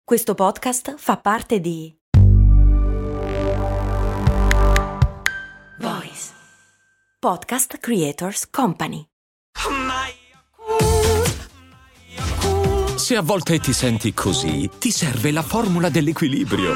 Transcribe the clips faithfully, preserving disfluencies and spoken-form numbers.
Questo podcast fa parte di Voice Podcast Creators Company. Se a volte ti senti così, ti serve la formula dell'equilibrio.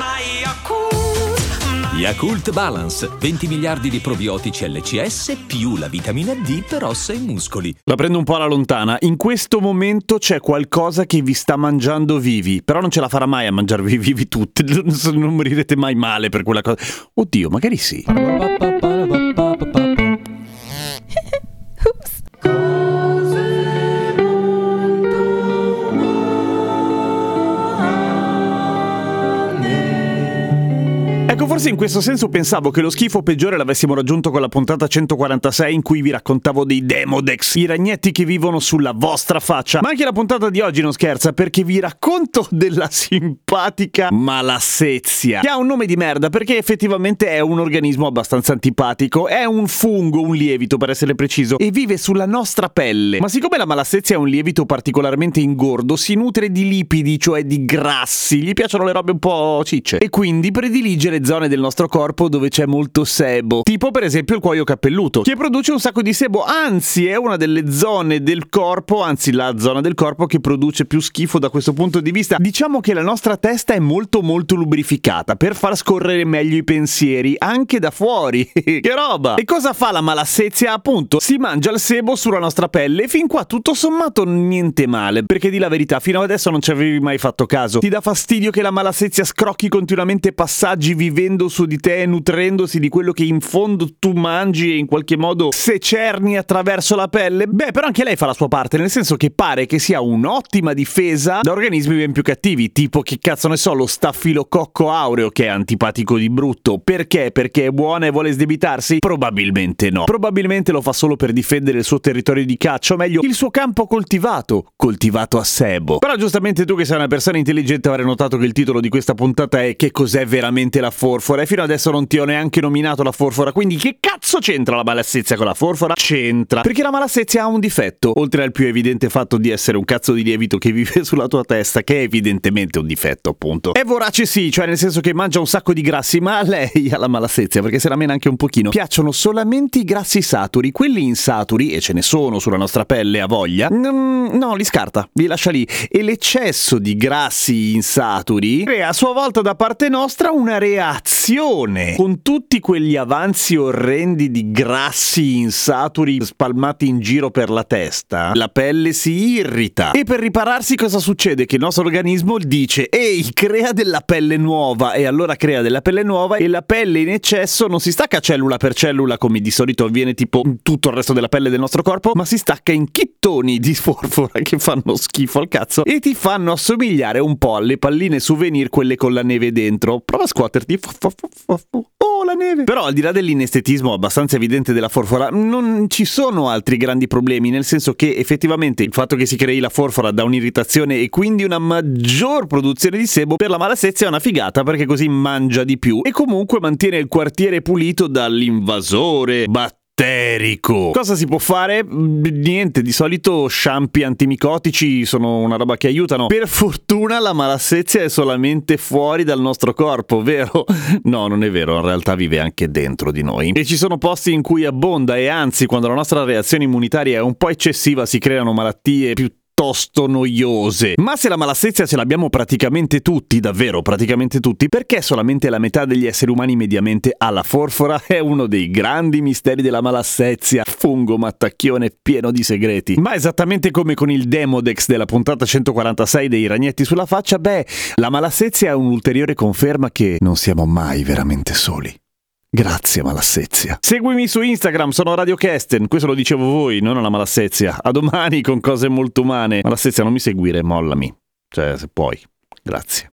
Yakult Balance, venti miliardi di probiotici L C S più la vitamina D per ossa e muscoli. La prendo un po' alla lontana. In questo momento c'è qualcosa che vi sta mangiando vivi, però non ce la farà mai a mangiarvi vivi tutti. Non morirete mai male per quella cosa. Oddio, magari sì. Ecco, forse in questo senso pensavo che lo schifo peggiore l'avessimo raggiunto con la puntata centoquarantasei in cui vi raccontavo dei Demodex, i ragnetti che vivono sulla vostra faccia. Ma anche la puntata di oggi non scherza, perché vi racconto della simpatica Malassezia, che ha un nome di merda perché effettivamente è un organismo abbastanza antipatico, è un fungo, un lievito per essere preciso, e vive sulla nostra pelle. Ma siccome la Malassezia è un lievito particolarmente ingordo, si nutre di lipidi, cioè di grassi, gli piacciono le robe un po' cicce, e quindi predilige le zone del nostro corpo dove c'è molto sebo, tipo per esempio il cuoio capelluto, che produce un sacco di sebo, anzi è una delle zone del corpo, anzi la zona del corpo che produce più schifo da questo punto di vista. Diciamo che la nostra testa è molto molto lubrificata per far scorrere meglio i pensieri, anche da fuori. Che roba! E cosa fa la Malassezia? Appunto, si mangia il sebo sulla nostra pelle, e fin qua tutto sommato niente male, perché di la verità fino ad adesso non ci avevi mai fatto caso. Ti dà fastidio che la Malassezia scrocchi continuamente passaggi vivendo su di te, nutrendosi di quello che in fondo tu mangi e in qualche modo secerni attraverso la pelle? Beh, però anche lei fa la sua parte, nel senso che pare che sia un'ottima difesa da organismi ben più cattivi, tipo, che cazzo ne so, lo staffilococco aureo, che è antipatico di brutto. Perché? Perché è buona e vuole sdebitarsi? Probabilmente no. Probabilmente lo fa solo per difendere il suo territorio di caccia, o meglio, il suo campo coltivato, coltivato a sebo. Però giustamente tu, che sei una persona intelligente, avrai notato che il titolo di questa puntata è "Che cos'è veramente la forfora?" E fino adesso non ti ho neanche nominato la forfora, quindi che cazzo c'entra la Malassezia con la forfora? C'entra, perché la Malassezia ha un difetto, oltre al più evidente fatto di essere un cazzo di lievito che vive sulla tua testa, che è evidentemente un difetto, appunto. È vorace sì, cioè nel senso che mangia un sacco di grassi, ma a lei, alla Malassezia, perché se la mena anche un pochino, piacciono solamente i grassi saturi, quelli insaturi, e ce ne sono sulla nostra pelle a voglia, mm, no, li scarta, li lascia lì. E l'eccesso di grassi insaturi crea a sua volta da parte nostra una reazione, con tutti quegli avanzi orrendi di grassi insaturi spalmati in giro per la testa. La pelle si irrita, e per ripararsi cosa succede? Che il nostro organismo dice: ehi, crea della pelle nuova, e allora crea della pelle nuova, e la pelle in eccesso non si stacca cellula per cellula come di solito avviene tipo in tutto il resto della pelle del nostro corpo, ma si stacca in chittoni di forfora che fanno schifo al cazzo e ti fanno assomigliare un po' alle palline souvenir, quelle con la neve dentro. Prova a scuoterti. Oh, la neve! Però al di là dell'inestetismo abbastanza evidente della forfora, non ci sono altri grandi problemi, nel senso che effettivamente il fatto che si crei la forfora da un'irritazione e quindi una maggior produzione di sebo, per la Malassezia è una figata, perché così mangia di più e comunque mantiene il quartiere pulito dall'invasore batterico. Cosa si può fare? Niente, di solito shampoo antimicotici sono una roba che aiutano. Per fortuna la Malassezia è solamente fuori dal nostro corpo, vero? No, non è vero, in realtà vive anche dentro di noi. E ci sono posti in cui abbonda, e anzi, quando la nostra reazione immunitaria è un po' eccessiva, si creano malattie più piuttosto noiose. Ma se la Malassezia ce l'abbiamo praticamente tutti, davvero praticamente tutti, perché solamente la metà degli esseri umani mediamente ha la forfora? È uno dei grandi misteri della Malassezia, fungo mattacchione pieno di segreti. Ma esattamente come con il Demodex della puntata centoquarantasei dei ragnetti sulla faccia, beh, la Malassezia è un'ulteriore conferma che non siamo mai veramente soli. Grazie Malassezia. Seguimi su Instagram, sono Radio Kesten, questo lo dicevo voi, non alla Malassezia. A domani con cose molto umane. Malassezia, non mi seguire, mollami. Cioè, se puoi. Grazie.